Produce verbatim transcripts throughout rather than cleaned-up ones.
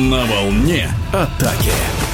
На волне атаки.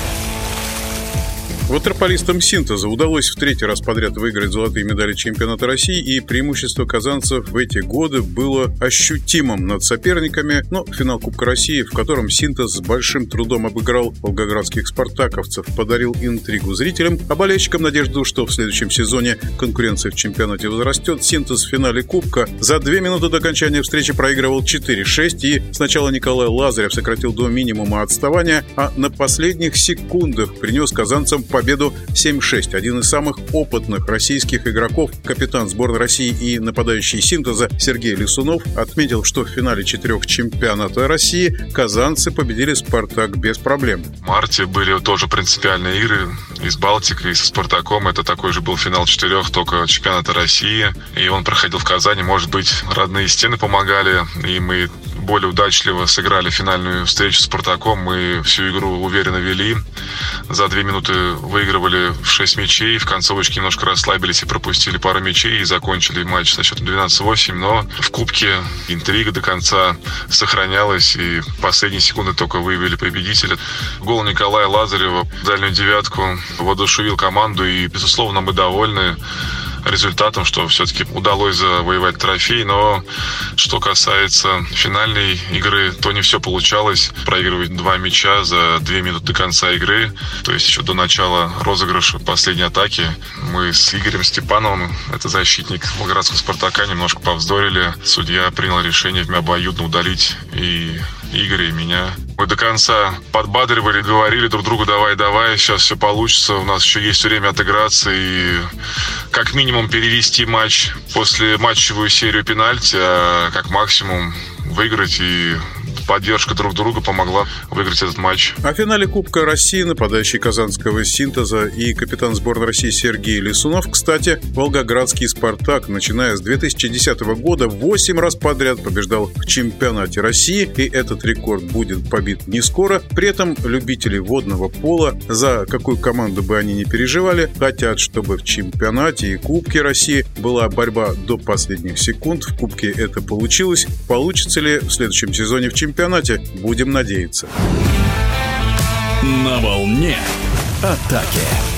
Ватерполистам «Синтеза» удалось в третий раз подряд выиграть золотые медали чемпионата России, и преимущество казанцев в эти годы было ощутимым над соперниками. Но финал Кубка России, в котором «Синтез» с большим трудом обыграл волгоградских спартаковцев, подарил интригу зрителям, а болельщикам надежду, что в следующем сезоне конкуренция в чемпионате возрастет. «Синтез» в финале Кубка за две минуты до окончания встречи проигрывал четыре шесть, и сначала Николай Лазарев сократил до минимума отставания, а на последних секундах принес казанцам победу семь шесть. Один из самых опытных российских игроков, капитан сборной России и нападающий «Синтеза» Сергей Лисунов отметил, что в финале четырех чемпионата России казанцы победили «Спартак» без проблем. В марте были тоже принципиальные игры и с «Балтикой», и со «Спартаком». Это такой же был финал четырех, только чемпионата России. И он проходил в Казани. Может быть, родные стены помогали, и мы более удачливо сыграли финальную встречу с «Спартаком». Мы всю игру уверенно вели. За две минуты выигрывали в шесть мячей. В концовочке немножко расслабились и пропустили пару мячей. И закончили матч со счетом двенадцать восемь. Но в Кубке интрига до конца сохранялась. И в последние секунды только выявили победителя. Гол Николая Лазарева в дальнюю девятку воодушевил команду. И, безусловно, мы довольны результатом, что все-таки удалось завоевать трофей. Но что касается финальной игры, то не все получалось. Проигрывать два мяча за две минуты до конца игры, то есть еще до начала розыгрыша последней атаки, мы с Игорем Степановым, это защитник волгоградского «Спартака», немножко повздорили. Судья принял решение обоюдно удалить и Игоря, и меня. Мы до конца подбадривали, говорили друг другу: давай, давай, сейчас все получится, у нас еще есть время отыграться и как минимум перевести матч после матчевую серию пенальти, а как максимум выиграть, и поддержка друг друга помогла выиграть этот матч. О финале Кубка России нападающий казанского «Синтеза» и капитан сборной России Сергей Лисунов, кстати, волгоградский «Спартак», начиная с две тысячи десятого года, восемь раз подряд побеждал в чемпионате России, и этот рекорд будет побит не скоро. При этом любители водного пола, за какую команду бы они ни переживали, хотят, чтобы в чемпионате и Кубке России была борьба до последних секунд. В Кубке это получилось. Получится ли в следующем сезоне в чемпионате? чемпионате, будем надеяться. На волне атаки.